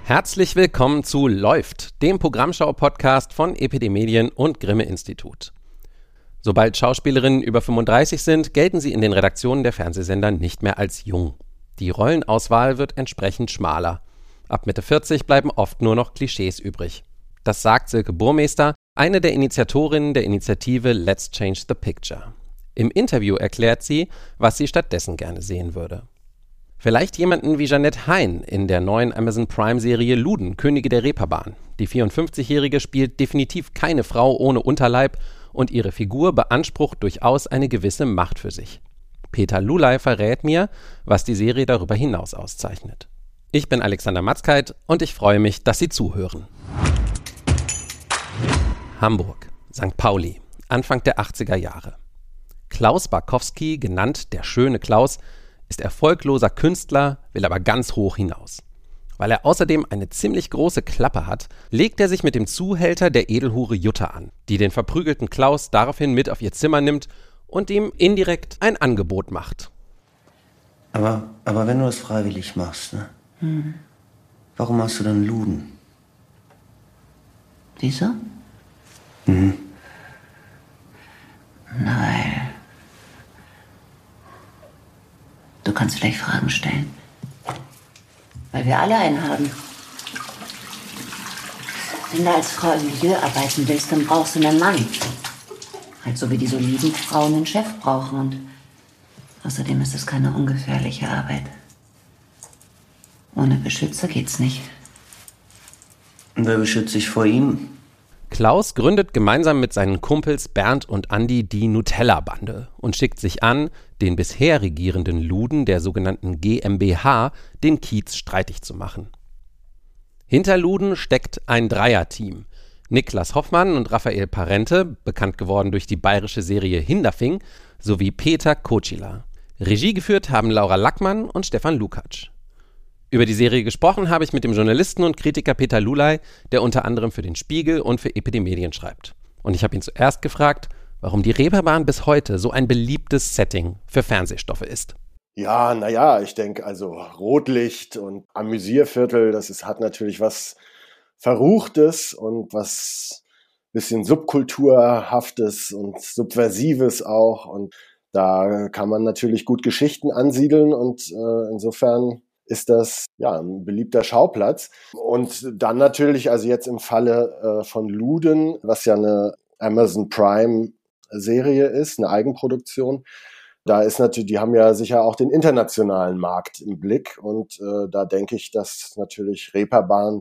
Herzlich willkommen zu Läuft, dem Programmschau-Podcast von EPD Medien und Grimme-Institut. Sobald Schauspielerinnen über 35 sind, gelten sie in den Redaktionen der Fernsehsender nicht mehr als jung. Die Rollenauswahl wird entsprechend schmaler. Ab Mitte 40 bleiben oft nur noch Klischees übrig. Das sagt Silke Burmester, eine der Initiatorinnen der Initiative Let's Change the Picture. Im Interview erklärt sie, was sie stattdessen gerne sehen würde. Vielleicht jemanden wie Jeanette Hein in der neuen Amazon Prime-Serie Luden, Könige der Reeperbahn. Die 54-Jährige spielt definitiv keine Frau ohne Unterleib und ihre Figur beansprucht durchaus eine gewisse Macht für sich. Peter Lulay verrät mir, was die Serie darüber hinaus auszeichnet. Ich bin Alexander Matzkeit und ich freue mich, dass Sie zuhören. Hamburg, St. Pauli, Anfang der 80er Jahre. Klaus Barkowski, genannt der schöne Klaus, ist erfolgloser Künstler, will aber ganz hoch hinaus. Weil er außerdem eine ziemlich große Klappe hat, legt er sich mit dem Zuhälter der Edelhure Jutta an, die den verprügelten Klaus daraufhin mit auf ihr Zimmer nimmt und ihm indirekt ein Angebot macht. Aber wenn du das freiwillig machst, ne? Warum machst du dann Luden? Wieso? Nein. Du kannst vielleicht Fragen stellen. Weil wir alle einen haben. Wenn du als Frau im Milieu arbeiten willst, dann brauchst du einen Mann. Halt so wie die soliden Frauen einen Chef brauchen. Und außerdem ist es keine ungefährliche Arbeit. Ohne Beschützer geht's nicht. Und wer beschützt sich vor ihm? Klaus gründet gemeinsam mit seinen Kumpels Bernd und Andi die Nutella-Bande und schickt sich an, den bisher regierenden Luden der sogenannten GmbH den Kiez streitig zu machen. Hinter Luden steckt ein Dreierteam. Niklas Hoffmann und Raphael Parente, bekannt geworden durch die bayerische Serie Hinderfing, sowie Peter Kocila. Regie geführt haben Laura Lackmann und Stefan Lukacs. Über die Serie gesprochen habe ich mit dem Journalisten und Kritiker Peter Lulay, der unter anderem für den Spiegel und für EPD Medien schreibt. Und ich habe ihn zuerst gefragt, warum die Reeperbahn bis heute so ein beliebtes Setting für Fernsehstoffe ist. Ja, naja, ich denke, also Rotlicht und Amüsierviertel, hat natürlich was Verruchtes und was bisschen Subkulturhaftes und Subversives auch. Und da kann man natürlich gut Geschichten ansiedeln und insofern ist das ja ein beliebter Schauplatz. Und dann natürlich, also jetzt im Falle von Luden, was ja eine Amazon Prime Serie ist, eine Eigenproduktion, da ist natürlich, die haben ja sicher auch den internationalen Markt im Blick und da denke ich, dass natürlich Reeperbahn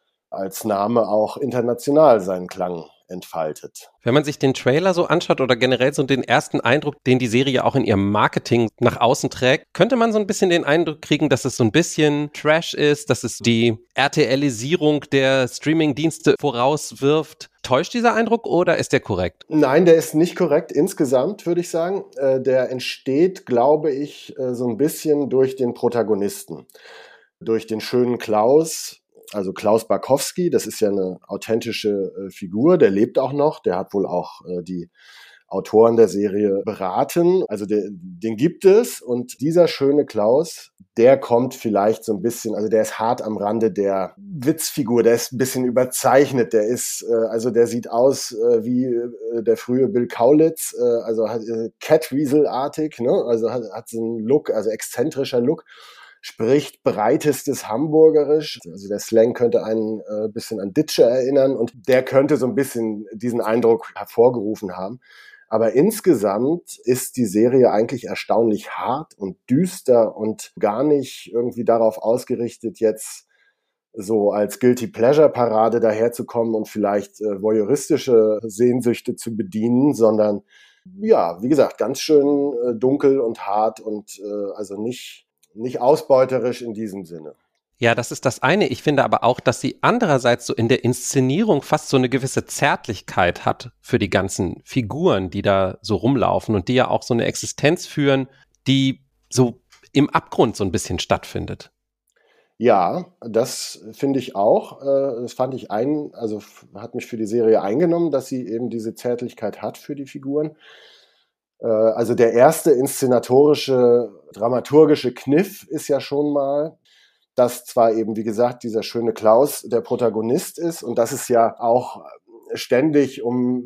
als Name auch international seinen Klang entfaltet. Wenn man sich den Trailer so anschaut oder generell so den ersten Eindruck, den die Serie auch in ihrem Marketing nach außen trägt, könnte man so ein bisschen den Eindruck kriegen, dass es so ein bisschen Trash ist, dass es die RTLisierung der Streaming-Dienste vorauswirft. Täuscht dieser Eindruck oder ist der korrekt? Nein, der ist nicht korrekt insgesamt, würde ich sagen. Der entsteht, glaube ich, so ein bisschen durch den Protagonisten. Durch den schönen Klaus, also Klaus Barkowski, das ist ja eine authentische Figur, der lebt auch noch, der hat wohl auch die Autoren der Serie beraten, also den gibt es und dieser schöne Klaus, der kommt vielleicht so ein bisschen, also der ist hart am Rande der Witzfigur, der ist ein bisschen überzeichnet, der sieht aus wie der frühe Bill Kaulitz, also Catweasel-artig, ne? Also hat so einen Look, also exzentrischer Look. Spricht breitestes Hamburgerisch. Also der Slang könnte einen bisschen an Ditsche erinnern und der könnte so ein bisschen diesen Eindruck hervorgerufen haben. Aber insgesamt ist die Serie eigentlich erstaunlich hart und düster und gar nicht irgendwie darauf ausgerichtet, jetzt so als Guilty Pleasure Parade daherzukommen und vielleicht voyeuristische Sehnsüchte zu bedienen, sondern ja, wie gesagt, ganz schön dunkel und hart und also nicht ausbeuterisch in diesem Sinne. Ja, das ist das eine. Ich finde aber auch, dass sie andererseits so in der Inszenierung fast so eine gewisse Zärtlichkeit hat für die ganzen Figuren, die da so rumlaufen und die ja auch so eine Existenz führen, die so im Abgrund so ein bisschen stattfindet. Ja, das finde ich auch. Das fand ich hat mich für die Serie eingenommen, dass sie eben diese Zärtlichkeit hat für die Figuren. Also der erste inszenatorische, dramaturgische Kniff ist ja schon mal, dass zwar eben, wie gesagt, dieser schöne Klaus der Protagonist ist und dass es ja auch ständig um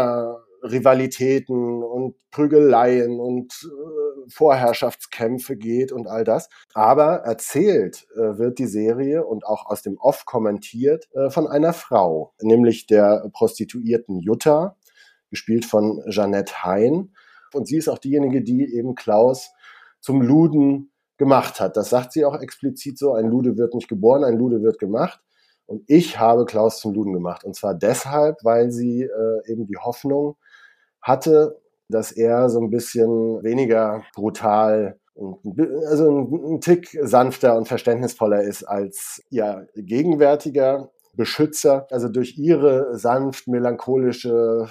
Männerrivalitäten und Prügeleien und Vorherrschaftskämpfe geht und all das. Aber erzählt wird die Serie und auch aus dem Off kommentiert von einer Frau, nämlich der Prostituierten Jutta, gespielt von Jeanette Hein. Und sie ist auch diejenige, die eben Klaus zum Luden gemacht hat. Das sagt sie auch explizit so, ein Lude wird nicht geboren, ein Lude wird gemacht. Und ich habe Klaus zum Luden gemacht. Und zwar deshalb, weil sie eben die Hoffnung hatte, dass er so ein bisschen weniger brutal und also ein Tick sanfter und verständnisvoller ist als ihr gegenwärtiger Beschützer. Also durch ihre sanft melancholische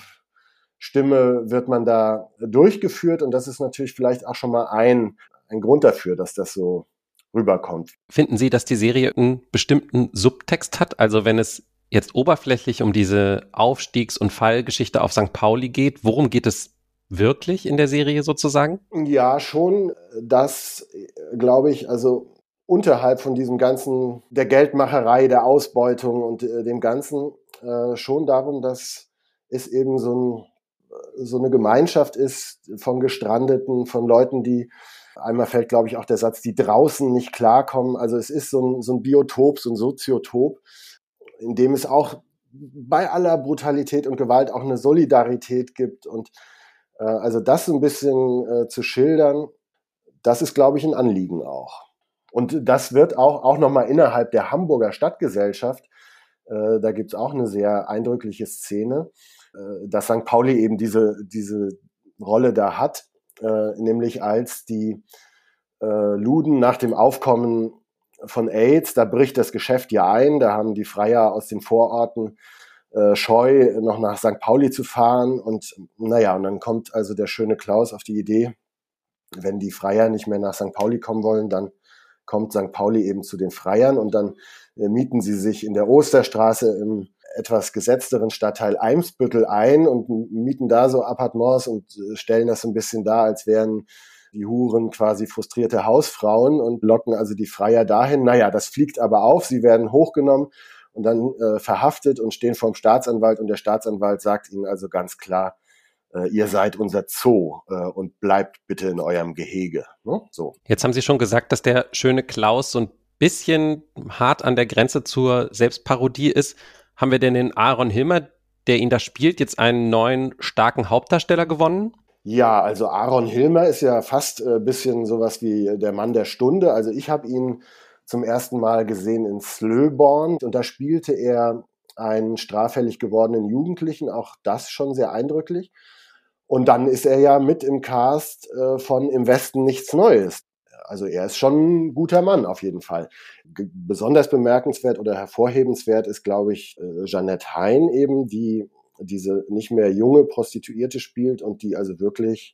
Stimme wird man da durchgeführt und das ist natürlich vielleicht auch schon mal ein Grund dafür, dass das so rüberkommt. Finden Sie, dass die Serie einen bestimmten Subtext hat? Also wenn es jetzt oberflächlich um diese Aufstiegs- und Fallgeschichte auf St. Pauli geht, worum geht es wirklich in der Serie sozusagen? Ja, schon, das glaube ich, also unterhalb von diesem ganzen, der Geldmacherei, der Ausbeutung und dem Ganzen schon darum, dass es eben so eine Gemeinschaft ist von Gestrandeten, von Leuten, die, einmal fällt, glaube ich, auch der Satz, die draußen nicht klarkommen. Also es ist so ein Biotop, so ein Soziotop, in dem es auch bei aller Brutalität und Gewalt auch eine Solidarität gibt und also das so ein bisschen zu schildern, das ist, glaube ich, ein Anliegen auch. Und das wird auch nochmal innerhalb der Hamburger Stadtgesellschaft, da gibt es auch eine sehr eindrückliche Szene, dass St. Pauli eben diese Rolle da hat, nämlich als die Luden nach dem Aufkommen von AIDS, da bricht das Geschäft ja ein, da haben die Freier aus den Vororten scheu, noch nach St. Pauli zu fahren und naja, und dann kommt also der schöne Klaus auf die Idee, wenn die Freier nicht mehr nach St. Pauli kommen wollen, dann kommt St. Pauli eben zu den Freiern und dann mieten sie sich in der Osterstraße im etwas gesetzteren Stadtteil Eimsbüttel ein und mieten da so Appartements und stellen das so ein bisschen dar, als wären die Huren quasi frustrierte Hausfrauen und locken also die Freier dahin. Naja, das fliegt aber auf, sie werden hochgenommen und dann verhaftet und stehen vor dem Staatsanwalt und der Staatsanwalt sagt ihnen also ganz klar, ihr seid unser Zoo und bleibt bitte in eurem Gehege. Ne? So. Jetzt haben Sie schon gesagt, dass der schöne Klaus so ein bisschen hart an der Grenze zur Selbstparodie ist. Haben wir denn den Aaron Hilmer, der ihn da spielt, jetzt einen neuen starken Hauptdarsteller gewonnen? Ja, also Aaron Hilmer ist ja fast ein bisschen sowas wie der Mann der Stunde. Also ich habe ihn zum ersten Mal gesehen in Slöborn und da spielte er einen straffällig gewordenen Jugendlichen, auch das schon sehr eindrücklich. Und dann ist er ja mit im Cast von Im Westen nichts Neues. Also er ist schon ein guter Mann auf jeden Fall. Besonders bemerkenswert oder hervorhebenswert ist, glaube ich, Jeanette Hein eben, die diese nicht mehr junge Prostituierte spielt und die also wirklich,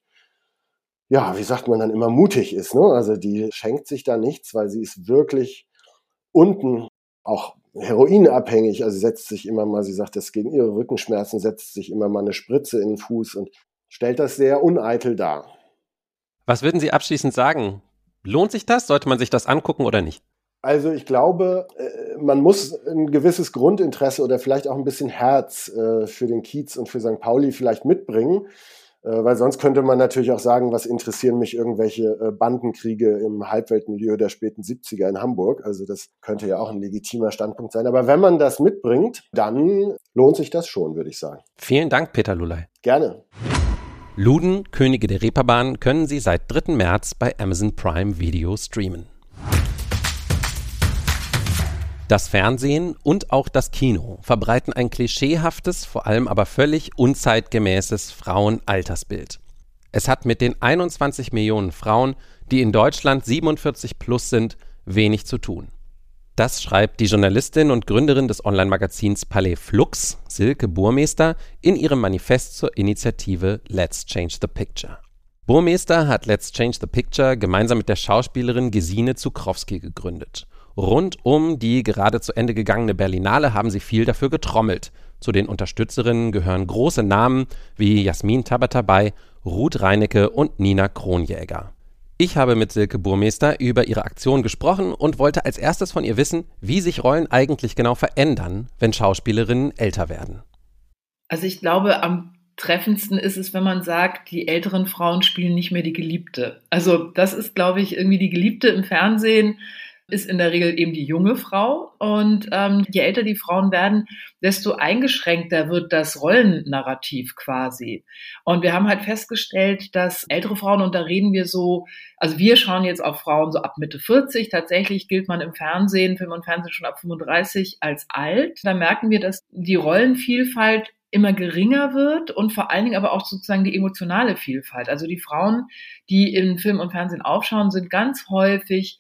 ja, wie sagt man dann immer, mutig ist. Ne? Also die schenkt sich da nichts, weil sie ist wirklich unten auch heroinabhängig. Also setzt sich immer mal, sie sagt das gegen ihre Rückenschmerzen, setzt sich immer mal eine Spritze in den Fuß und stellt das sehr uneitel dar. Was würden Sie abschließend sagen? Lohnt sich das? Sollte man sich das angucken oder nicht? Also ich glaube, man muss ein gewisses Grundinteresse oder vielleicht auch ein bisschen Herz für den Kiez und für St. Pauli vielleicht mitbringen, weil sonst könnte man natürlich auch sagen, was interessieren mich irgendwelche Bandenkriege im Halbweltmilieu der späten 70er in Hamburg. Also das könnte ja auch ein legitimer Standpunkt sein. Aber wenn man das mitbringt, dann lohnt sich das schon, würde ich sagen. Vielen Dank, Peter Lulay. Gerne. Luden, Könige der Reeperbahn können Sie seit 3. März bei Amazon Prime Video streamen. Das Fernsehen und auch das Kino verbreiten ein klischeehaftes, vor allem aber völlig unzeitgemäßes Frauenaltersbild. Es hat mit den 21 Millionen Frauen, die in Deutschland 47 plus sind, wenig zu tun. Das schreibt die Journalistin und Gründerin des Online-Magazins Palais Flux, Silke Burmester, in ihrem Manifest zur Initiative Let's Change the Picture. Burmester hat Let's Change the Picture gemeinsam mit der Schauspielerin Gesine Zuchrowski gegründet. Rund um die gerade zu Ende gegangene Berlinale haben sie viel dafür getrommelt. Zu den Unterstützerinnen gehören große Namen wie Jasmin Tabatabai, Ruth Reinecke und Nina Kronjäger. Ich habe mit Silke Burmester über ihre Aktion gesprochen und wollte als erstes von ihr wissen, wie sich Rollen eigentlich genau verändern, wenn Schauspielerinnen älter werden. Also ich glaube, am treffendsten ist es, wenn man sagt, die älteren Frauen spielen nicht mehr die Geliebte. Also das ist, glaube ich, irgendwie die Geliebte im Fernsehen ist in der Regel eben die junge Frau. Und je älter die Frauen werden, desto eingeschränkter wird das Rollennarrativ quasi. Und wir haben halt festgestellt, dass ältere Frauen, und da reden wir so, also wir schauen jetzt auf Frauen so ab Mitte 40. Tatsächlich gilt man im Fernsehen, Film und Fernsehen schon ab 35 als alt. Da merken wir, dass die Rollenvielfalt immer geringer wird und vor allen Dingen aber auch sozusagen die emotionale Vielfalt. Also die Frauen, die in Film und Fernsehen aufschauen, sind ganz häufig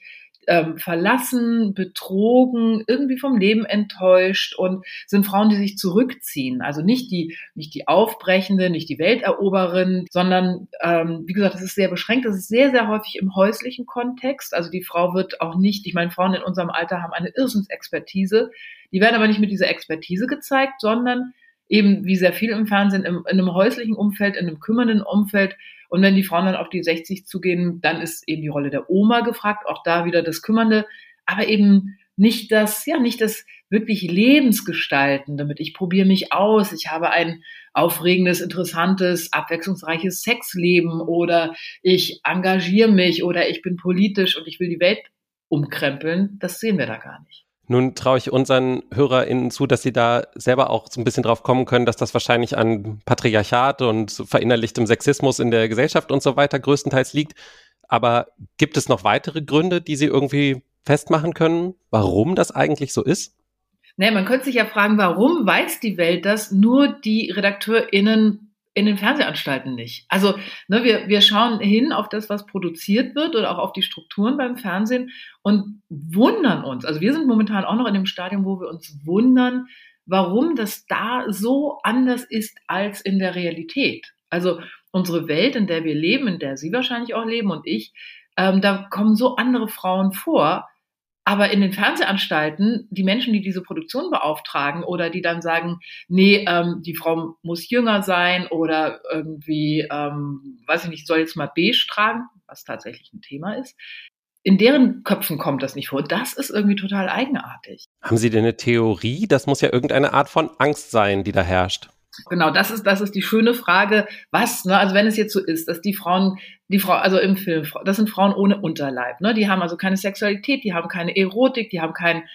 verlassen, betrogen, irgendwie vom Leben enttäuscht und sind Frauen, die sich zurückziehen. Also nicht die Aufbrechende, nicht die Welteroberin, sondern, wie gesagt, das ist sehr beschränkt. Das ist sehr, sehr häufig im häuslichen Kontext. Also die Frau wird auch nicht, ich meine, Frauen in unserem Alter haben eine Irrsinnsexpertise. Die werden aber nicht mit dieser Expertise gezeigt, sondern eben wie sehr viel im Fernsehen, in einem häuslichen Umfeld, in einem kümmernden Umfeld. Und wenn die Frauen dann auf die 60 zugehen, dann ist eben die Rolle der Oma gefragt, auch da wieder das Kümmernde, aber eben nicht das wirklich Lebensgestaltende mit, ich probiere mich aus, ich habe ein aufregendes, interessantes, abwechslungsreiches Sexleben oder ich engagiere mich oder ich bin politisch und ich will die Welt umkrempeln, das sehen wir da gar nicht. Nun traue ich unseren HörerInnen zu, dass sie da selber auch so ein bisschen drauf kommen können, dass das wahrscheinlich an Patriarchat und verinnerlichtem Sexismus in der Gesellschaft und so weiter größtenteils liegt. Aber gibt es noch weitere Gründe, die Sie irgendwie festmachen können, warum das eigentlich so ist? Nee, man könnte sich ja fragen, warum weiß die Welt das, nur die RedakteurInnen in den Fernsehanstalten nicht. Also wir schauen hin auf das, was produziert wird oder auch auf die Strukturen beim Fernsehen und wundern uns. Also wir sind momentan auch noch in dem Stadium, wo wir uns wundern, warum das da so anders ist als in der Realität. Also unsere Welt, in der wir leben, in der Sie wahrscheinlich auch leben und ich, da kommen so andere Frauen vor. Aber in den Fernsehanstalten, die Menschen, die diese Produktion beauftragen oder die dann sagen, nee, die Frau muss jünger sein oder irgendwie, weiß ich nicht, soll jetzt mal beige tragen, was tatsächlich ein Thema ist. In deren Köpfen kommt das nicht vor. Das ist irgendwie total eigenartig. Haben Sie denn eine Theorie? Das muss ja irgendeine Art von Angst sein, die da herrscht. Genau, das ist die schöne Frage, was, also wenn es jetzt so ist, dass die Frau, also im Film, das sind Frauen ohne Unterleib, die haben also keine Sexualität, die haben keine Erotik, die haben kein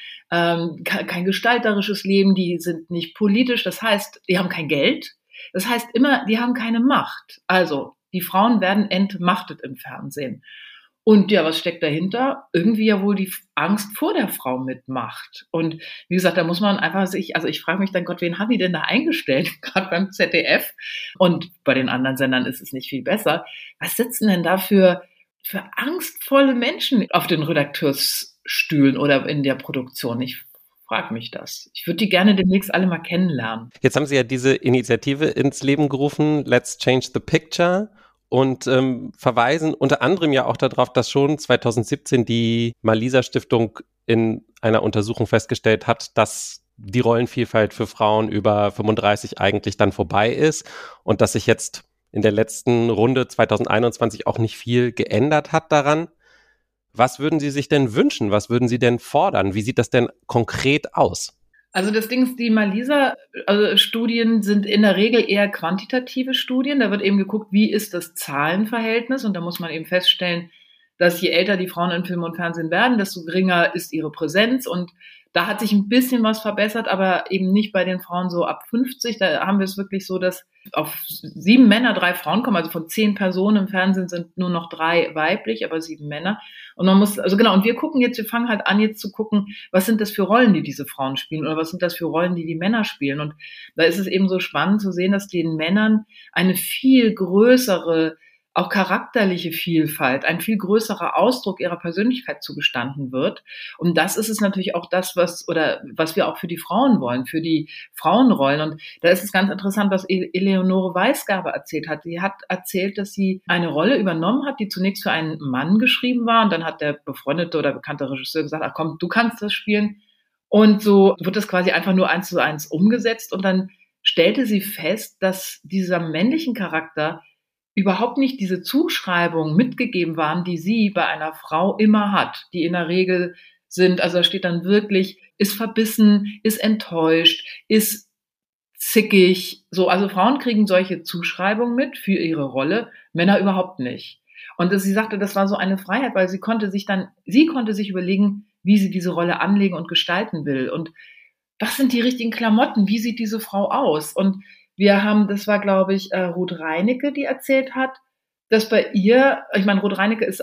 gestalterisches Leben, die sind nicht politisch, das heißt, die haben kein Geld, das heißt immer, die haben keine Macht. Also, die Frauen werden entmachtet im Fernsehen. Und ja, was steckt dahinter? Irgendwie ja wohl die Angst vor der Frau mit Macht. Und wie gesagt, da muss man einfach ich frage mich dann, Gott, wen haben die denn da eingestellt? Gerade beim ZDF. Und bei den anderen Sendern ist es nicht viel besser. Was sitzen denn da für angstvolle Menschen auf den Redakteursstühlen oder in der Produktion? Ich frage mich das. Ich würde die gerne demnächst alle mal kennenlernen. Jetzt haben Sie ja diese Initiative ins Leben gerufen, Let's Change the Picture. Und verweisen unter anderem ja auch darauf, dass schon 2017 die Malisa-Stiftung in einer Untersuchung festgestellt hat, dass die Rollenvielfalt für Frauen über 35 eigentlich dann vorbei ist und dass sich jetzt in der letzten Runde 2021 auch nicht viel geändert hat daran. Was würden Sie sich denn wünschen? Was würden Sie denn fordern? Wie sieht das denn konkret aus? Also das Ding ist, die Malisa-Studien sind in der Regel eher quantitative Studien. Da wird eben geguckt, wie ist das Zahlenverhältnis? Und da muss man eben feststellen, dass je älter die Frauen in Film und Fernsehen werden, desto geringer ist ihre Präsenz. Und da hat sich ein bisschen was verbessert, aber eben nicht bei den Frauen so ab 50. Da haben wir es wirklich so, dass auf 7 Männer 3 Frauen kommen. Also von 10 Personen im Fernsehen sind nur noch 3 weiblich, aber 7 Männer. Und man muss, und wir fangen halt an jetzt zu gucken, was sind das für Rollen, die diese Frauen spielen oder was sind das für Rollen, die Männer spielen. Und da ist es eben so spannend zu sehen, dass den Männern eine viel größere, auch charakterliche Vielfalt, ein viel größerer Ausdruck ihrer Persönlichkeit zugestanden wird. Und das ist es natürlich auch das, was wir auch für die Frauen wollen, für die Frauenrollen. Und da ist es ganz interessant, was Eleonore Weisgabe erzählt hat. Sie hat erzählt, dass sie eine Rolle übernommen hat, die zunächst für einen Mann geschrieben war. Und dann hat der befreundete oder bekannte Regisseur gesagt, ach komm, du kannst das spielen. Und so wird das quasi einfach nur 1:1 umgesetzt. Und dann stellte sie fest, dass dieser männlichen Charakter überhaupt nicht diese Zuschreibungen mitgegeben waren, die sie bei einer Frau immer hat, die in der Regel sind, also da steht dann wirklich, ist verbissen, ist enttäuscht, ist zickig, so, also Frauen kriegen solche Zuschreibungen mit für ihre Rolle, Männer überhaupt nicht. Und sie sagte, das war so eine Freiheit, weil sie konnte sich überlegen, wie sie diese Rolle anlegen und gestalten will und was sind die richtigen Klamotten, wie sieht diese Frau aus? Und das war, glaube ich, Ruth Reinecke, die erzählt hat, dass bei ihr, ich meine, Ruth Reinecke ist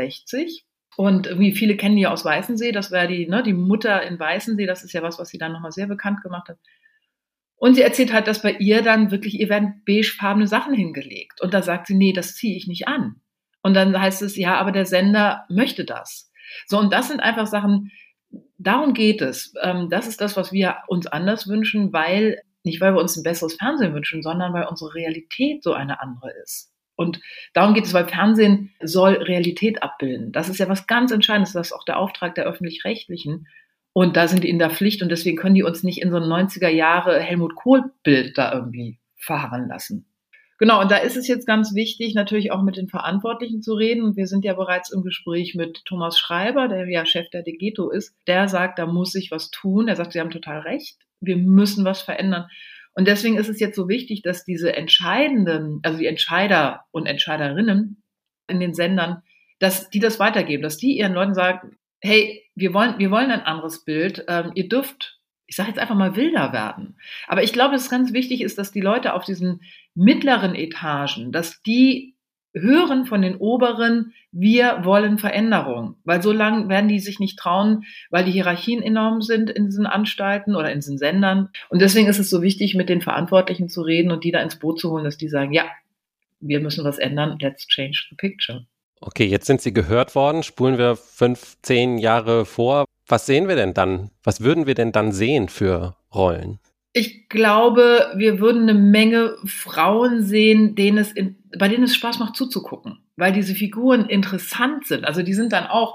68 und wie viele kennen die ja aus Weißensee, das wäre die Mutter in Weißensee, das ist ja was sie dann nochmal sehr bekannt gemacht hat. Und sie erzählt halt, dass bei ihr dann wirklich, ihr werden beigefarbene Sachen hingelegt. Und da sagt sie, nee, das ziehe ich nicht an. Und dann heißt es, ja, aber der Sender möchte das. So, und das sind einfach Sachen, darum geht es. Das ist das, was wir uns anders wünschen, nicht weil wir uns ein besseres Fernsehen wünschen, sondern weil unsere Realität so eine andere ist. Und darum geht es, weil Fernsehen soll Realität abbilden. Das ist ja was ganz Entscheidendes. Das ist auch der Auftrag der Öffentlich-Rechtlichen. Und da sind die in der Pflicht und deswegen können die uns nicht in so ein 90er Jahre Helmut Kohl-Bild da irgendwie verharren lassen. Genau, und da ist es jetzt ganz wichtig, natürlich auch mit den Verantwortlichen zu reden. Und wir sind ja bereits im Gespräch mit Thomas Schreiber, der ja Chef der DGETO ist. Der sagt, da muss sich was tun. Er sagt, Sie haben total recht. Wir müssen was verändern. Und deswegen ist es jetzt so wichtig, dass diese Entscheidenden, also die Entscheider und Entscheiderinnen in den Sendern, dass die das weitergeben, dass die ihren Leuten sagen, hey, wir wollen ein anderes Bild. Ihr dürft, ich sage jetzt einfach mal, wilder werden. Aber ich glaube, dass es ganz wichtig ist, dass die Leute auf diesen mittleren Etagen, dass die hören von den oberen, wir wollen Veränderung. Weil so lange werden die sich nicht trauen, weil die Hierarchien enorm sind in diesen Anstalten oder in diesen Sendern. Und deswegen ist es so wichtig, mit den Verantwortlichen zu reden und die da ins Boot zu holen, dass die sagen, ja, wir müssen was ändern, let's change the picture. Okay, jetzt sind Sie gehört worden. Spulen wir 5, 10 Jahre vor. Was sehen wir denn dann? Was würden wir denn dann sehen für Rollen? Ich glaube, wir würden eine Menge Frauen sehen, bei denen es Spaß macht zuzugucken, weil diese Figuren interessant sind. Also die sind dann auch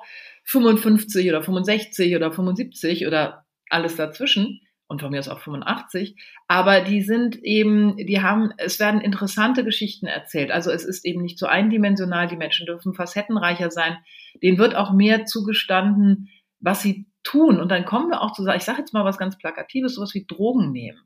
55 oder 65 oder 75 oder alles dazwischen und von mir aus auch 85. Aber es werden interessante Geschichten erzählt. Also es ist eben nicht so eindimensional. Die Menschen dürfen facettenreicher sein. Denen wird auch mehr zugestanden, was sie tun. Und dann kommen wir auch zu sagen, ich sage jetzt mal was ganz Plakatives, sowas wie Drogen nehmen.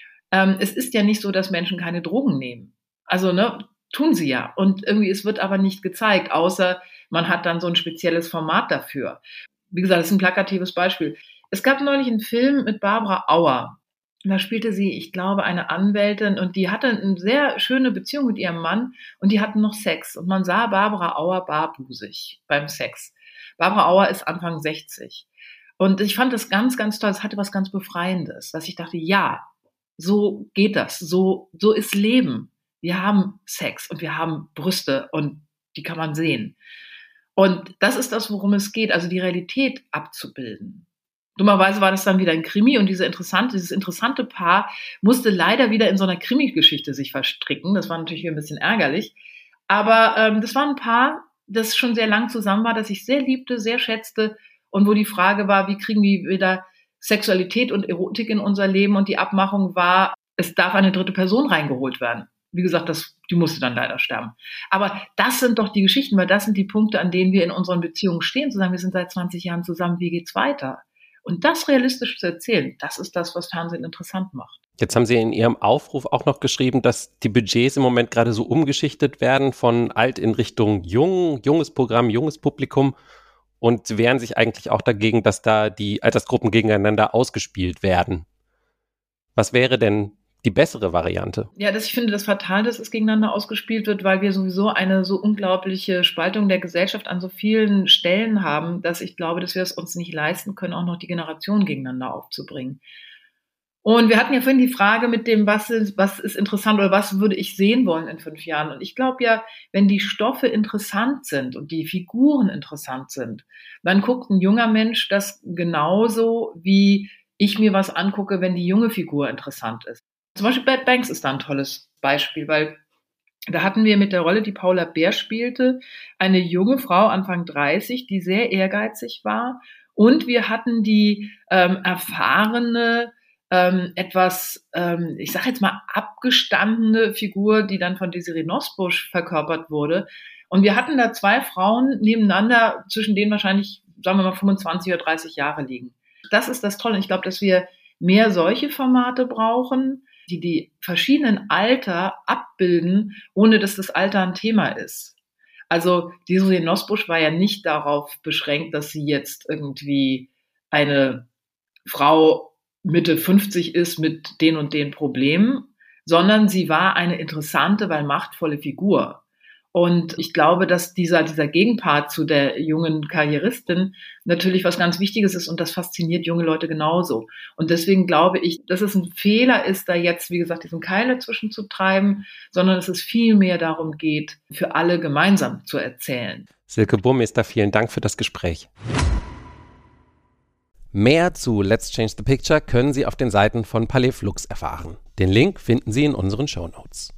Es ist ja nicht so, dass Menschen keine Drogen nehmen. Also, tun sie ja. Und irgendwie, es wird aber nicht gezeigt, außer man hat dann so ein spezielles Format dafür. Wie gesagt, das ist ein plakatives Beispiel. Es gab neulich einen Film mit Barbara Auer. Da spielte sie, ich glaube, eine Anwältin und die hatte eine sehr schöne Beziehung mit ihrem Mann und die hatten noch Sex. Und man sah Barbara Auer barbusig beim Sex. Barbara Auer ist Anfang 60. Und ich fand das ganz, ganz toll. Es hatte was ganz Befreiendes, dass ich dachte, ja, so geht das. So ist Leben. Wir haben Sex und wir haben Brüste und die kann man sehen. Und das ist das, worum es geht, also die Realität abzubilden. Dummerweise war das dann wieder ein Krimi und dieses interessante Paar musste leider wieder in so einer Krimi-Geschichte sich verstricken. Das war natürlich ein bisschen ärgerlich. Aber das war ein Paar, das schon sehr lang zusammen war, das ich sehr liebte, sehr schätzte und wo die Frage war, wie kriegen wir wieder Sexualität und Erotik in unser Leben? Und die Abmachung war, es darf eine dritte Person reingeholt werden. Wie gesagt, die musste dann leider sterben. Aber das sind doch die Geschichten, weil das sind die Punkte, an denen wir in unseren Beziehungen stehen, zu sagen, wir sind seit 20 Jahren zusammen, wie geht's weiter? Und das realistisch zu erzählen, das ist das, was Fernsehen interessant macht. Jetzt haben Sie in Ihrem Aufruf auch noch geschrieben, dass die Budgets im Moment gerade so umgeschichtet werden von alt in Richtung jung, junges Programm, junges Publikum und wehren sich eigentlich auch dagegen, dass da die Altersgruppen gegeneinander ausgespielt werden. Was wäre denn die bessere Variante? Ja, ich finde das fatal, dass es gegeneinander ausgespielt wird, weil wir sowieso eine so unglaubliche Spaltung der Gesellschaft an so vielen Stellen haben, dass ich glaube, dass wir es uns nicht leisten können, auch noch die Generationen gegeneinander aufzubringen. Und wir hatten ja vorhin die Frage mit dem, was ist interessant oder was würde ich sehen wollen in 5 Jahren. Und ich glaube ja, wenn die Stoffe interessant sind und die Figuren interessant sind, dann guckt ein junger Mensch das genauso, wie ich mir was angucke, wenn die junge Figur interessant ist. Zum Beispiel Bad Banks ist da ein tolles Beispiel, weil da hatten wir mit der Rolle, die Paula Beer spielte, eine junge Frau, Anfang 30, die sehr ehrgeizig war. Und wir hatten die erfahrene etwas, ich sage jetzt mal, abgestandene Figur, die dann von Desiree Nosbusch verkörpert wurde. Und wir hatten da 2 Frauen nebeneinander, zwischen denen wahrscheinlich, sagen wir mal, 25 oder 30 Jahre liegen. Das ist das Tolle. Ich glaube, dass wir mehr solche Formate brauchen, die verschiedenen Alter abbilden, ohne dass das Alter ein Thema ist. Also Desiree Nosbusch war ja nicht darauf beschränkt, dass sie jetzt irgendwie eine Frau Mitte 50 ist mit den und den Problemen, sondern sie war eine interessante, weil machtvolle Figur. Und ich glaube, dass dieser Gegenpart zu der jungen Karrieristin natürlich was ganz Wichtiges ist und das fasziniert junge Leute genauso. Und deswegen glaube ich, dass es ein Fehler ist, da jetzt, wie gesagt, diesen Keil dazwischen zu treiben, sondern dass es viel mehr darum geht, für alle gemeinsam zu erzählen. Silke Burmester, vielen Dank für das Gespräch. Mehr zu Let's Change the Picture können Sie auf den Seiten von Palais Flux erfahren. Den Link finden Sie in unseren Shownotes.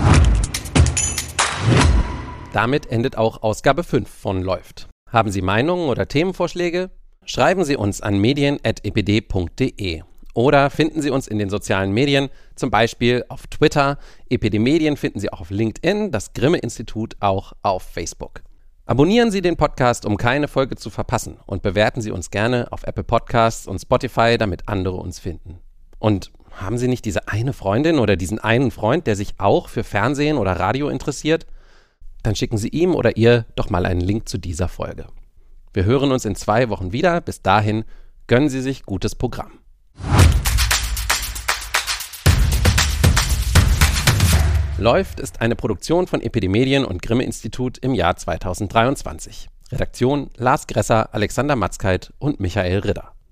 Damit endet auch Ausgabe 5 von Läuft. Haben Sie Meinungen oder Themenvorschläge? Schreiben Sie uns an medien@epd.de oder finden Sie uns in den sozialen Medien, zum Beispiel auf Twitter. EPD Medien finden Sie auch auf LinkedIn, das Grimme-Institut auch auf Facebook. Abonnieren Sie den Podcast, um keine Folge zu verpassen, und bewerten Sie uns gerne auf Apple Podcasts und Spotify, damit andere uns finden. Und haben Sie nicht diese eine Freundin oder diesen einen Freund, der sich auch für Fernsehen oder Radio interessiert? Dann schicken Sie ihm oder ihr doch mal einen Link zu dieser Folge. Wir hören uns in 2 Wochen wieder. Bis dahin gönnen Sie sich gutes Programm. Läuft ist eine Produktion von EPD Medien und Grimme-Institut im Jahr 2023. Redaktion Lars Gresser, Alexander Matzkeit und Michael Ridder.